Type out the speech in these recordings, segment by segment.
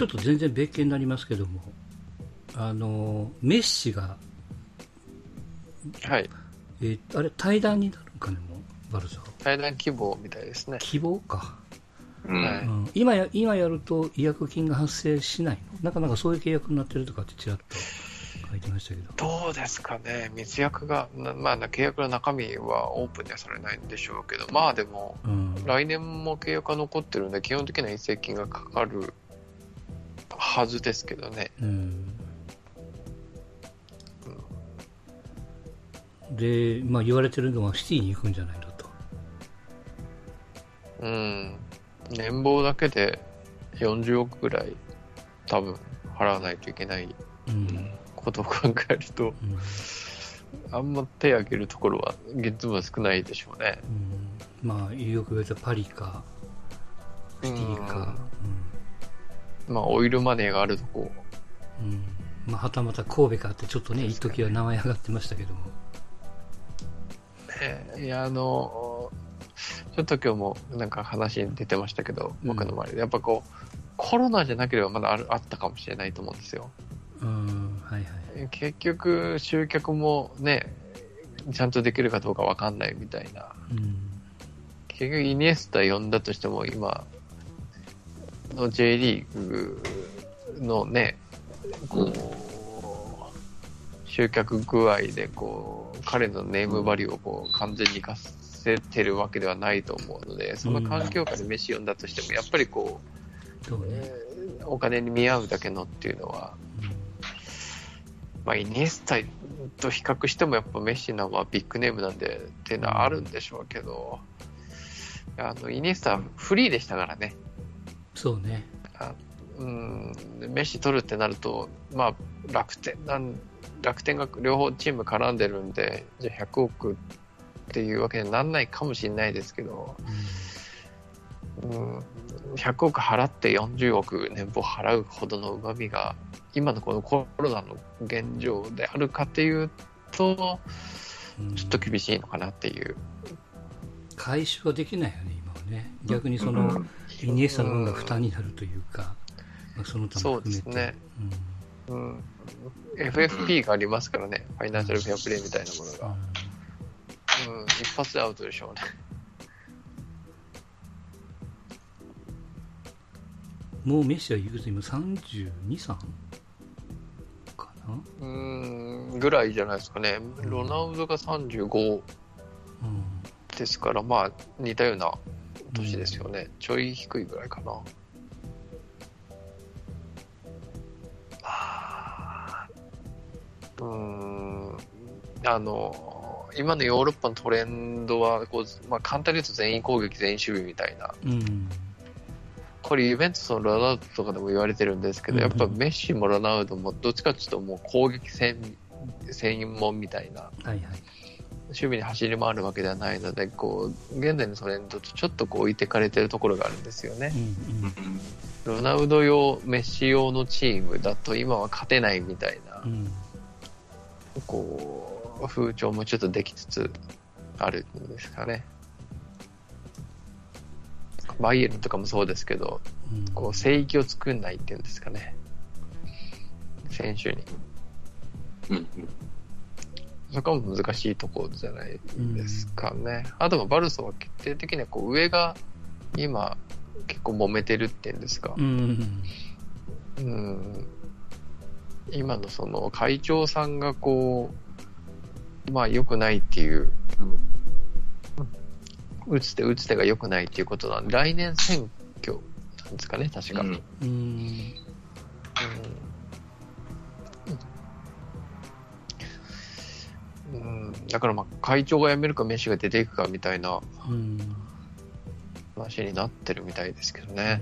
ょっと全然別件になりますけども、メッシが、 はい。 あれ、対談になるんかね、もう、バルサは。 対談希望みたいですね。 希望か。 はい。 今やると違約金が発生しないの？なかなかそういう契約になってるとかってちらっと書いてましたけど。 どうですかね、密約が、まあ、契約の中身はオープンにはされないんでしょうけど、まあでも、来年も契約が残ってるんで、基本的な移籍金がかかるはずですけどね。 で、まあ言われてるのはシティに行くんじゃないのと。 年俸だけで40億ぐらい多分払わないといけないことを考えると、あんま手を挙げるところは月分は少ないでしょうね。 まあよく言われたパリかシティか、 まあオイルマネーがあるとこ、 まあはたまた神戸かってちょっとね一時は名前上がってましたけども、 いやちょっと今日もなんか話に出てましたけど、僕の周りでやっぱこうコロナじゃなければまだあったかもしれないと思うんですよ。結局集客もねちゃんとできるかどうかわかんないみたいな、結局イニエスタ呼んだとしても今の J リーグのねこう集客具合でこう彼のネームバリューをこう完全に活かせてるわけではないと思うので、その環境下で飯呼んだとしてもやっぱりこう、お金に見合うだけのっていうのは、まあイニエスタと比較してもやっぱメッシのはビッグネームなんでっていうのはあるんでしょうけど、イニエスタはフリーでしたからね。 そうね。 メッシ取るってなると、まあ楽天が両方チーム絡んでるんで、じゃあ100億っていうわけにはなんないかもしれないですけど、100億払って40億年俸払うほどのうまみが今のこのコロナの現状であるかっていうと、ちょっと厳しいのかなっていう。 回収はできないよね今はね。逆にそのイニエスタの分が負担になるというか、その他も含めて。そうですね。 FFP がありますからね、ファイナンシャルフェアプレーみたいなものが。一発でアウトでしょうね。 もうメッシは言うと今32、3かなぐらいじゃないですかね。ロナウドが35ですから、まあ似たような年ですよね。ちょい低いぐらいかな。今のヨーロッパのトレンドはこう、まあ、簡単に言うと全員攻撃全員守備みたいな、これユベントスのロナウドとかでも言われてるんですけど、やっぱメッシもロナウドもどっちかというともう攻撃専門みたいな、守備に走り回るわけではないので、こう現在のトレンドとちょっとこう置いてかれてるところがあるんですよね。ロナウド用メッシ用のチームだと今は勝てないみたいな、こう風潮もちょっとできつつあるんですかね。バイエルンとかもそうですけど、こう聖域を作んないっていうんですかね、選手に。そこも難しいところじゃないですかね。あとはバルサは決定的にはこう上が今結構揉めてるっていうんですか。今のその会長さんがこうまあ良くないっていう、打つ手が良くないっていうことなんで、来年選挙なんですかね、確か。だからまあ会長が辞めるかメッシが出ていくかみたいな話になってるみたいですけどね。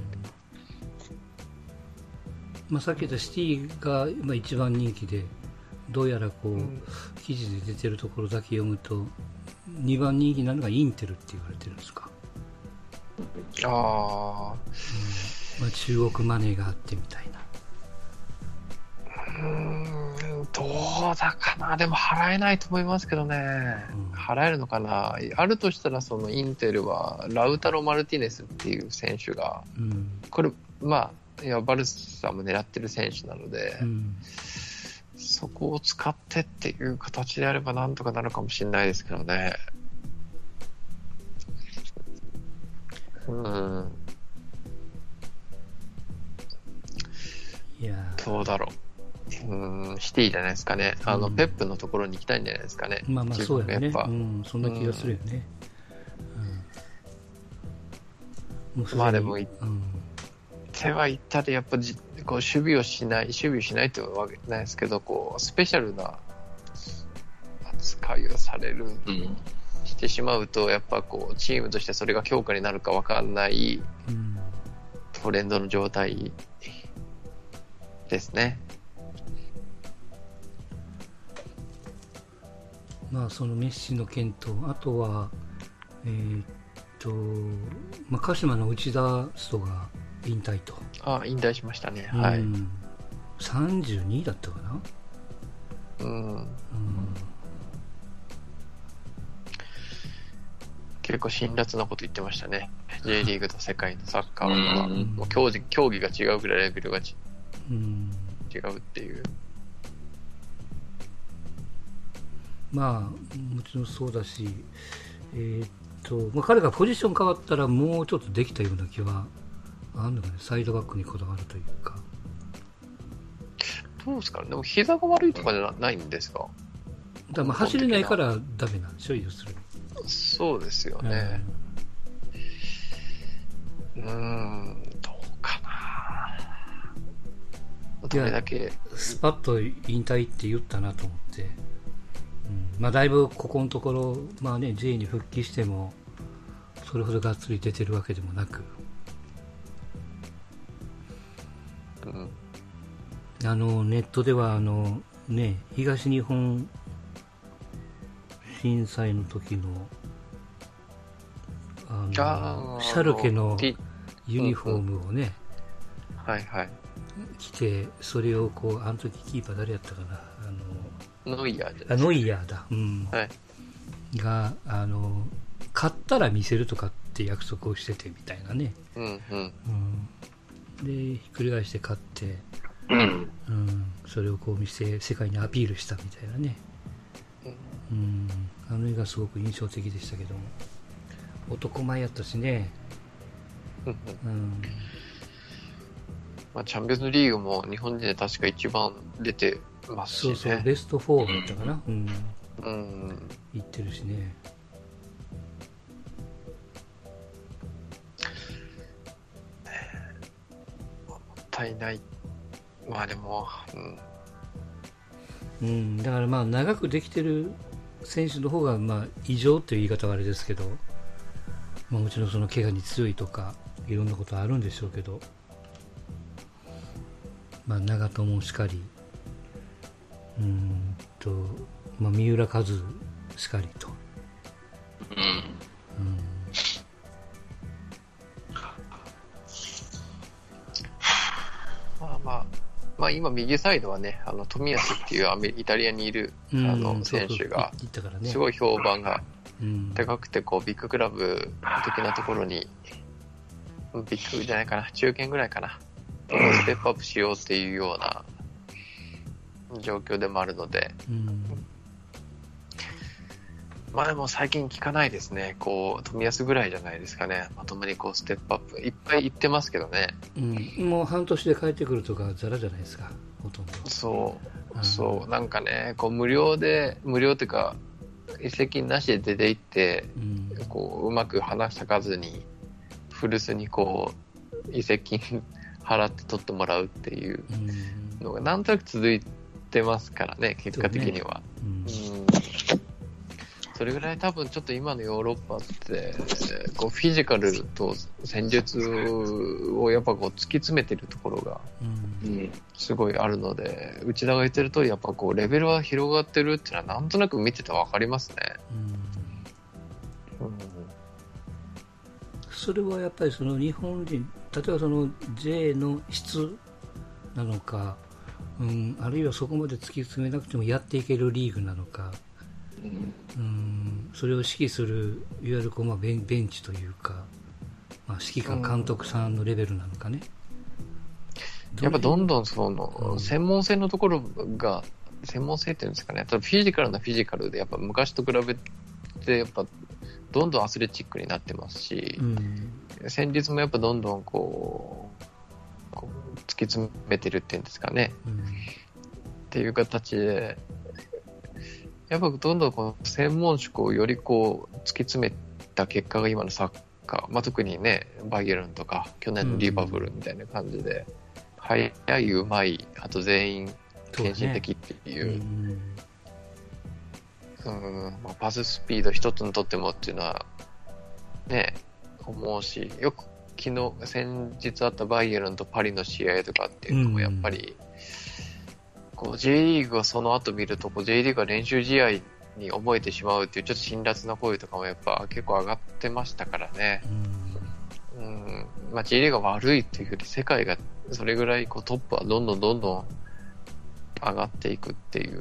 まあ、さっき言ったシティが今一番人気で、どうやらこう、記事で出てるところだけ読むと2番人気なのがインテルって言われてるんですか。まあ、中国マネーがあってみたいな。 どうだかな。でも払えないと思いますけどね。払えるのかな。あるとしたらそのインテルはラウタロ・マルティネスっていう選手が、これまあいやバルサも狙ってる選手なので、そこを使ってっていう形であればなんとかなるかもしれないですけどね。 いやどうだろう。シティじゃないですかね。ペップのところに行きたいんじゃないですかね。 まあまあそうやね。そんな気がするよね。 まあでも手は行ったでやっぱこう守備をしないというわけないですけど、こうスペシャルな扱いをされる、してしまうとやっぱこうチームとしてそれが強化になるか分かんないトレンドの状態ですね。 まあそのメッシの件と、あとは鹿島の内田ストが引退と。 引退しましたね。はい。 32だったかな。 結構辛辣なこと言ってましたね。J リーグと世界のサッカーは、もう競技が違うぐらいレベルが違うっていう。 まあもちろんそうだし、彼がポジション変わったらもうちょっとできたような気はあるのかね。サイドバックにこだわるというか。 どうですかね。でも膝が悪いとかじゃないんですか。 だから走れないからダメなんでしょ、要するに。 そうですよね。どうかな。どれだけスパッと引退って言ったなと思って。まあだいぶここのところ、まあね、J に復帰してもそれほどがっつり出てるわけでもなく、ネットでは東日本震災の時のシャルケのユニフォームをね、着て、それをこう、あの時キーパー誰やったかな、 ノイヤーだ、が買ったら見せるとかって約束をしててみたいなね。でひっくり返して買って、それをこう見せ世界にアピールしたみたいなね。あの絵がすごく印象的でしたけども、男前やったしね。 まあ、チャンピオンズリーグも日本人で確か一番出てますしね。 そうベスト4だったかな。行ってるしね。 もったいない。まあでも、 だからまあ長くできてる選手の方がまあ異常という言い方はあれですけど、まあ、もちろんその怪我に強いとかいろんなことあるんでしょうけど、まあ長友もしかり、まあ、三浦和しかりと、 まあ今右サイドはね、冨安っていうイタリアにいる選手がすごい評判が高くて、こうビッグクラブ的なところに、ビッグじゃないかな、中堅ぐらいかな、ステップアップしようっていうような状況でもあるので、まあでも最近聞かないですね。こう冨安ぐらいじゃないですかね。まともにこうステップアップいっぱい言ってますけどね。 もう半年で帰ってくるとかザラじゃないですか、ほとんど。 そうなんかね、こう無料っていうか移籍なしで出て行って、こううまく花咲かずに古巣にこう移籍金払って取ってもらうっていうのがなんとなく続いてますからね、結果的には。それぐらい多分ちょっと今のヨーロッパってこうフィジカルと戦術をやっぱこう突き詰めてるところがすごいあるので、内田が言ってる通りやっぱこうレベルは広がってるっていうのはなんとなく見てて分かりますね。 それはやっぱりその日本人、例えばその J の質なのか、あるいはそこまで突き詰めなくてもやっていけるリーグなのか、それを指揮するいわゆるこう、まあ、ベンチというか、まあ、指揮官監督さんのレベルなのかね。 やっぱどんどんその、専門性のところが、専門性っていうんですかね、ただフィジカルなフィジカルで、やっぱ昔と比べて、やっぱどんどんアスレチックになってますし、戦術もやっぱどんどんこう突き詰めてるっていうんですかね、っていう形で、やっぱどんどんこの専門職をよりこう突き詰めた結果が今のサッカー、特にね、バイエルンとか去年のリバプールみたいな感じで、速い、うまい、あと全員献身的っていう、パススピード一つにとってもっていうのはね、思うし、よく先日あったバイエルンとパリの試合とかっていうのもやっぱり、こう J リーグがその後見るとJ リーグが練習試合に思えてしまうっていうちょっと辛辣な声とかもやっぱ結構上がってましたからね。J リーグが悪いっていうより世界がそれぐらいこうトップはどんどん上がっていくっていう。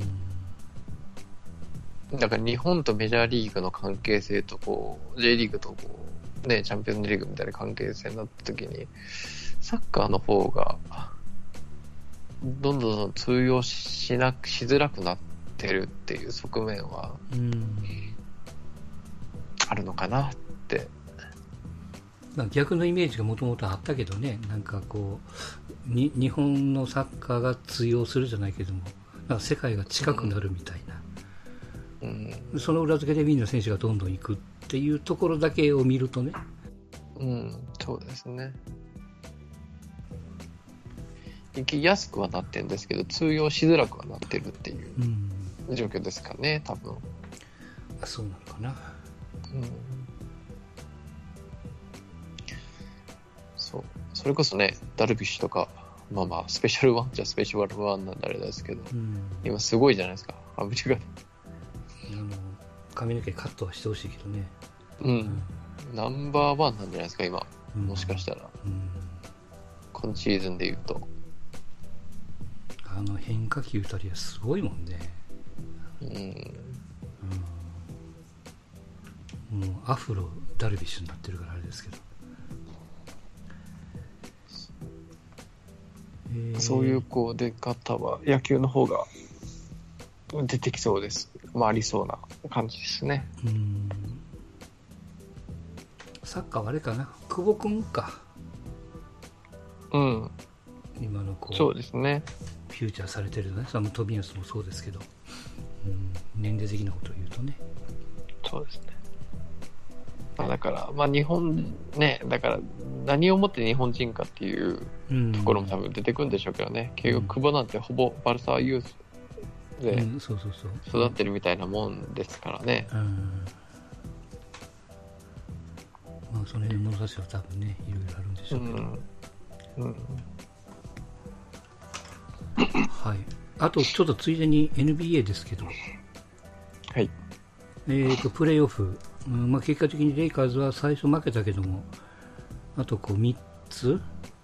だから日本とメジャーリーグの関係性とこう J リーグとこうねチャンピオンズリーグみたいな関係性になった時にサッカーの方がどんどん通用しづらくなってるっていう側面はあるのかなって。 逆のイメージがもともとあったけどね、なんかこう日本のサッカーが通用するじゃないけども、なんか世界が近くなるみたいな、その裏付けでみんな選手がどんどん行くっていうところだけを見るとね、 そうですね。行きやすくはなってるんですけど通用しづらくはなってるっていう状況ですかね、多分。 そうなのかな。 それこそね、ダルビッシュとか、スペシャルワンじゃスペシャルワンなんであれですけど、今すごいじゃないですか、アメリカで。 髪の毛カットはしてほしいけどね。 ナンバーワンなんじゃないですか、今。もしかしたら。今シーズンで言うと。 変化球たりはすごいもんね。もうアフロダルビッシュになってるからあれですけど。 そういうこう出方は野球の方が出てきそうです。ありそうな感じですね。 サッカーはあれかな、久保君か。今のこう、 そうですね。 フューチャーされてるね。サム・トビアスもそうですけど、年齢的なことを言うとね。 そうですね。だから日本ね、だから何をもって日本人かっていうところも多分出てくるんでしょうけどね。結局久保なんてほぼバルサユースで育ってるみたいなもんですからね。 その辺の物差しは多分ね、いろいろあるんでしょうけど。はい。あとちょっとついでに NBA ですけど、 はい。 プレーオフ、結果的にレイカーズは最初負けたけども、あとこう3つ、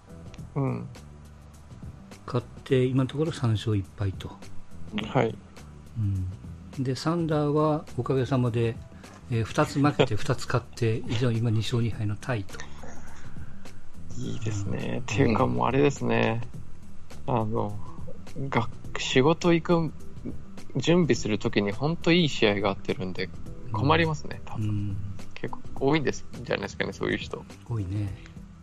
勝って今のところ3勝1敗と。 はい。 でサンダーはおかげさまで、2つ負けて2つ勝って以上今2勝2敗のタイと。 いいですね。っていうかもうあれですね。仕事行く準備するときに本当いい試合があってるんで困りますね、多分。結構多いんですじゃないですかね、そういう人。 多いね。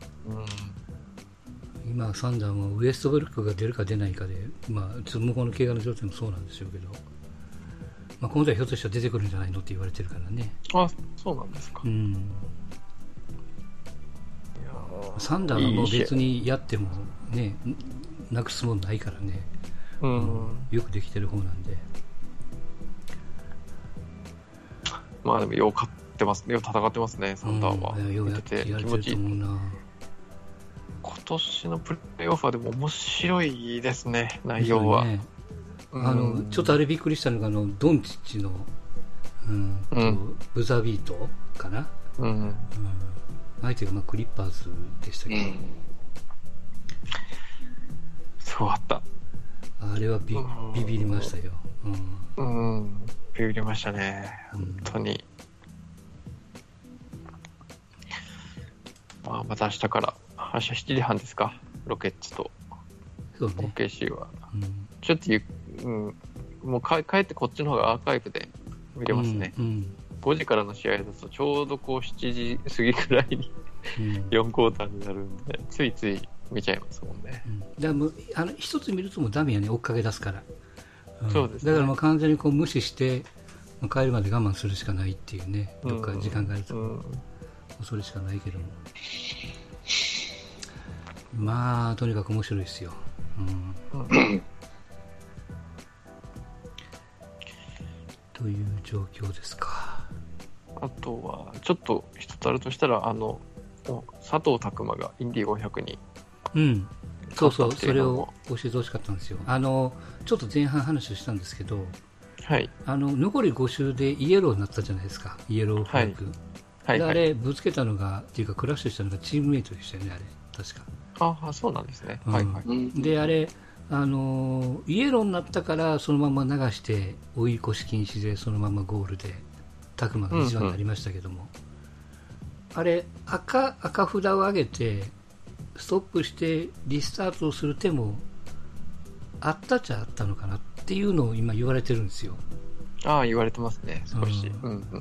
今サンダーもウエストブルックが出るか出ないかで、向こうの怪我の状態もそうなんでしょうけど、今度はひょっとしたら出てくるんじゃないのって言われてるからね。 そうなんですか。 サンダーはもう別にやってもね、なくすもんないからね。よくできてる方なんで。 でもよう勝ってますね。よう戦ってますね、サンダーは。 ようやってやれてると思うな。 今年のプレーオフはでも面白いですね、内容は。 ちょっとあれびっくりしたのがドンチッチの、ブザービートかな。相手がクリッパーズでしたけど。 すごかった。 あれはビビりましたよ。 ビビりましたね、本当に。また明日7時半ですか、ロケッツとそうね。 OKC は。ちょっともう帰ってこっちの方がアーカイブで見れますね。5時からの試合だとちょうど7時過ぎくらいに4クォーターになるんで、ついつい見ちゃいますもんね。 だからもう一つ見るともうダメやね、追っかけ出すから。 そうですね。 だからもう完全に無視して帰るまで我慢するしかないっていうね、どっか時間があると、それしかないけども、まあとにかく面白いですよ。という状況ですか。 あとはちょっと一つあるとしたら、佐藤拓磨がインディ500に、 そうそう、それを教えてほしかったんですよ。ちょっと前半話をしたんですけど、 はい、 残り5周でイエローになったじゃないですか、イエローフラッグ。であれぶつけたのがっていうかクラッシュしたのがチームメイトでしたよね、あれ確か。 そうなんですね。 であれイエローになったからそのまま流して追い越し禁止でそのままゴールで拓磨が一番になりましたけども、あれ赤札を上げてストップしてリスタートをする手もあったっちゃあったのかなっていうのを今言われてるんですよ。 言われてますね、少し。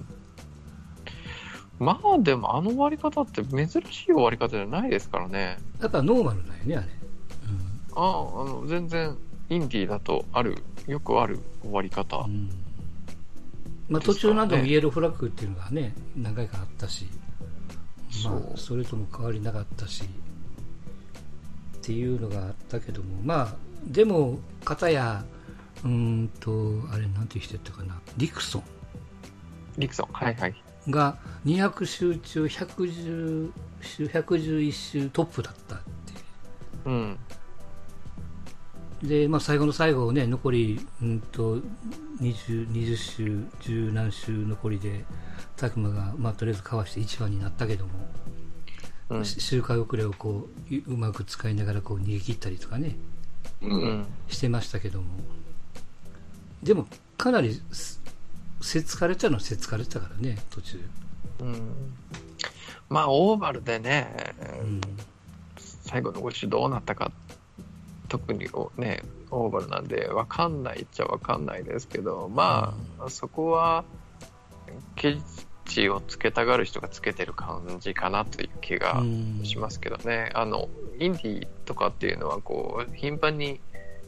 まあでも終わり方って珍しい終わり方じゃないですからね。 やっぱノーマルなんよね、あれ。 全然インディーだとよくある終わり方、 途中何度もイエローフラッグっていうのがね何回かあったし、それとも変わりなかったしっていうのがあったけども、でも片やあれなんて人やったかな、リクソンが200周中111周トップだったっていう。で最後の最後ね、残り20周10何周残りで拓磨が、とりあえずかわして1番になったけども、周回遅れをうまく使いながら逃げ切ったりとかね、してましたけども、でもかなりせつかれたのはせつかれてたからね、途中。 オーバルでね、最後の5周どうなったか、特にね、オーバルなんで分かんないっちゃ分かんないですけど、そこはケチをつけたがる人がつけてる感じかなという気がしますけどね。インディーとかっていうのは頻繁に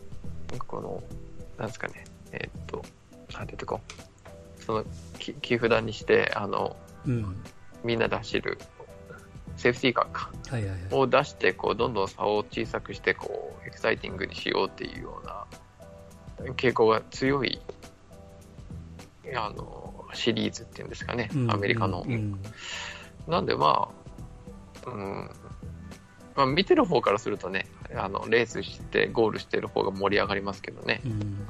なんですかね、なんていうか、その木札にしてみんなで走るセーフティーカーか、を出してどんどん差を小さくしてエキサイティングにしようっていうような傾向が強いシリーズっていうんですかね、アメリカの。なんで見てる方からするとね、レースしてゴールしてる方が盛り上がりますけどね。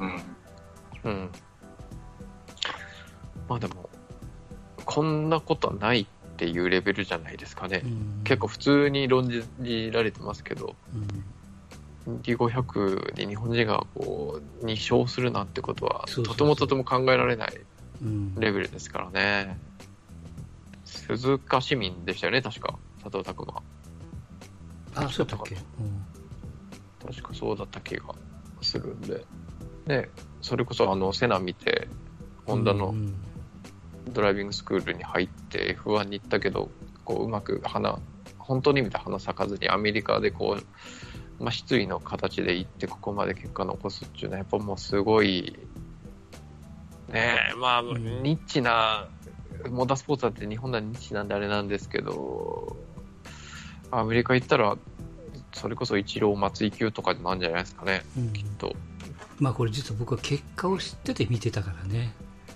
でもこんなことはないっていうレベルじゃないですかね。結構普通に論じられてますけど、D500 に日本人が2勝するなんてことはとても考えられないレベルですからね。鈴鹿市民でしたよね、確か佐藤拓磨。 そうだったっけ。 確かそうだった気がするんでね。それこそセナ見てホンダのドライビングスクールに入って F1 に行ったけどうまく本当に意味で花咲かずにアメリカで失意の形で行ってここまで結果残すっていうのはやっぱもうすごいね。ニッチなモータースポーツだって日本ではニッチなんであれなんですけど、アメリカ行ったらそれこそイチロー松井級とかなんじゃないですかね、きっと。 これ実は僕は結果を知ってて見てたからね。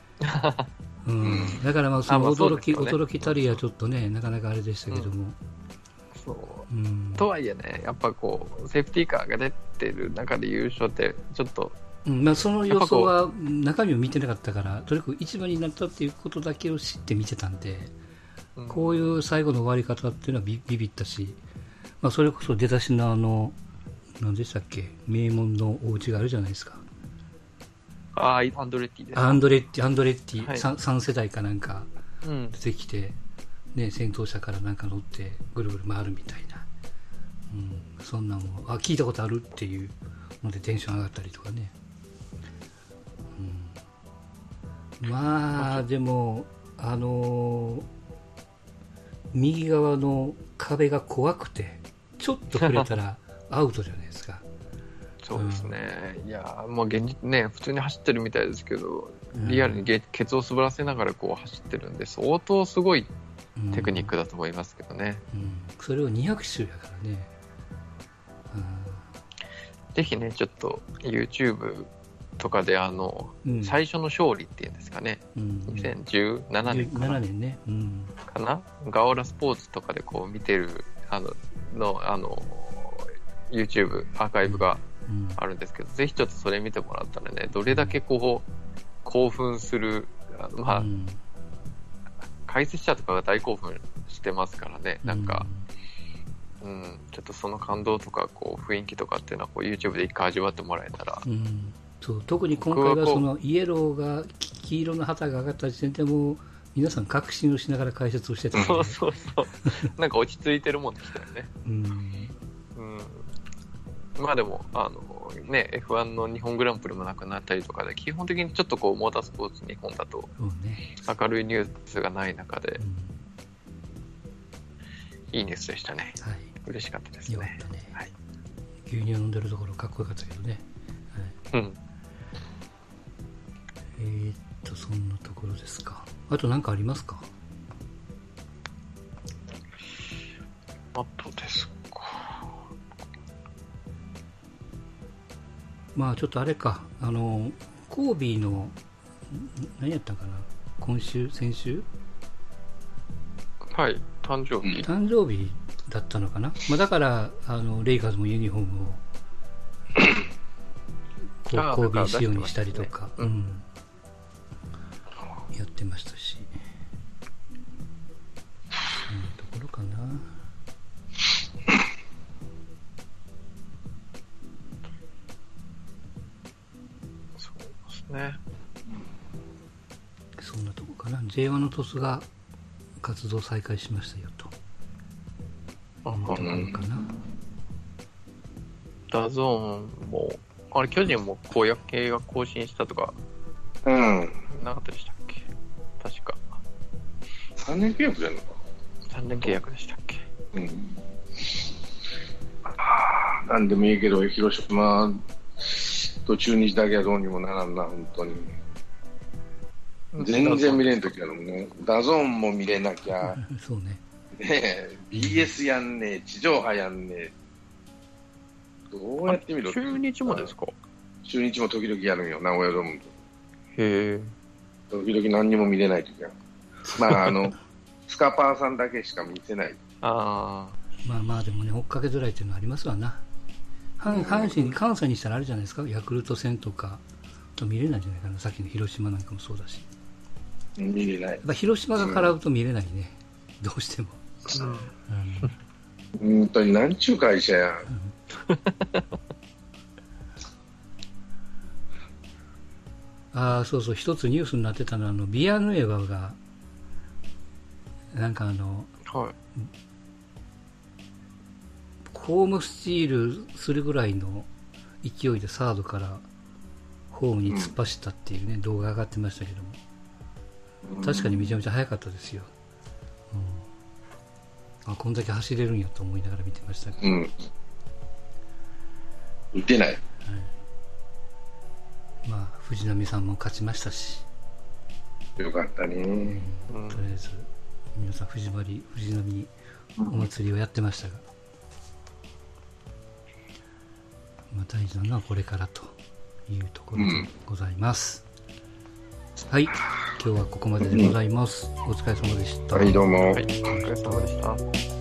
だからその驚きたりはちょっとね、なかなかあれでしたけども。とはいえね、やっぱセーフティーカーが出てる中で優勝ってちょっと、 その予想は中身を見てなかったから、とにかく一番になったっていうことだけを知って見てたんで、こういう最後の終わり方っていうのはビビったし、それこそ出だしの何でしたっけ、名門のお家があるじゃないですか。 アンドレッティです。 アンドレッティ、3世代かなんか出てきて、先頭車からなんか乗ってぐるぐる回るみたいな、そんなもん聞いたことあるっていうのでテンション上がったりとかね、まあでも右側の壁が怖くてちょっと触れたらアウトじゃないですか。 そうですね、いやもう現実ね、普通に走ってるみたいですけど、リアルにケツを滑らせながらこう走ってるんで、相当すごいテクニックだと思いますけどね。 それを200周やからね。 ぜひね、ちょっと YouTube とかで最初の勝利っていうんですかね、2017年かな、 ね、 かな、ガオラスポーツとかでこう見てるYouTube アーカイブがあるんですけど、ぜひちょっとそれ見てもらったらね、どれだけこう興奮する、解説者とかが大興奮してますからね、なんか、ちょっとその感動とかこう雰囲気とかっていうのはこう YouTube で一回味わってもらえたら、 そう特に今回はそのイエローが黄色の旗が上がった時点でもう皆さん確信をしながら解説をしてたので、 そうなんか落ち着いてるもんでしたよね。まあでもね、F1 の日本グランプリもなくなったりとかで、基本的にちょっとこうモータースポーツ日本だと明るいニュースがない中で、いいニュースでしたね。嬉しかったですね。 よかったね。牛乳飲んでるところかっこよかったけどね。そんなところですか。あと何かありますか？ あとですか。 まあちょっとあれか、コービーの何やったかな、先週誕生日だったのかな、だからレイカーズもユニフォームをコービー仕様にしたりとか、やってましたし、そんなところかな。 そうですね。 そんなとこかな。J1 のトスが活動再開しましたよと。 ダゾーンも巨人も公約が更新したとか、なかったでしたっけ？確か 3年契約じゃないのか。 3年契約でしたっけ？ なんでもいいけど広島と中日だけはどうにもならんな、本当に。全然見れんときなのね。ダゾーンも見れなきゃ。 そうね。 BS やんねえ、地上波やんねえ。どうやって見る？ 中日もですか？ 中日も時々やるんよ、名古屋ドームと。 へえ。 時々何にも見れないときは。スカパーさんだけしか見せない。 まあでもね、追っかけづらいっていうのはありますわな。阪神、関西にしたらあるじゃないですか、ヤクルト戦とかと見れないんじゃないかな、さっきの広島なんかもそうだし。 見れない。 やっぱ広島が絡むと見れないね、どうしても。 本当になんちゅう会社や。 そうそう、一つニュースになってたのはビアヌエバがなんかホームスチールするぐらいの勢いでサードからホームに突っ走ったっていうね、動画上がってましたけども、確かにめちゃめちゃ速かったですよ。こんだけ走れるんやと思いながら見てましたけど、 打てない。 藤波さんも勝ちましたし、 よかったね。 とりあえず皆さん藤波お祭りをやってましたが、大事なのはこれからというところでございます。はい、今日はここまででございます。お疲れ様でした。 はい、どうも。 お疲れ様でした。